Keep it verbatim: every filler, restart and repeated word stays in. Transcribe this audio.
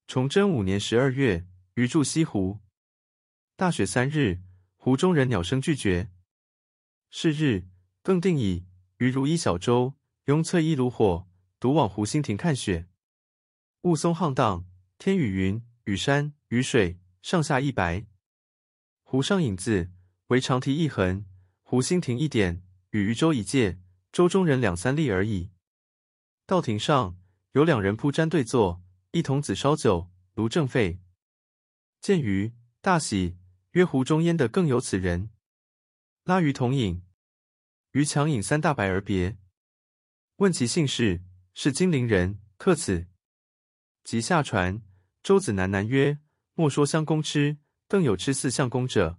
崇祯五年十二月，余住西湖。大雪三日，湖中人鸟声俱绝。是日，更定矣，余如一小舟，拥淬一炉火，独往湖心亭看雪。雾凇沆荡，天与云、与山、与水，上下一白。湖上影子，惟长堤一痕，湖心亭一点，与渔舟一芥，舟中人两三粒而已。道亭上有两人铺毡对坐，一童子烧酒，炉正沸。见余，大喜，曰：“湖中焉得更有此人？”拉余同饮，余强饮三大白而别。问其姓氏，是金陵人，客此。即下船，舟子喃喃曰：“莫说相公痴，更有痴似相公者。”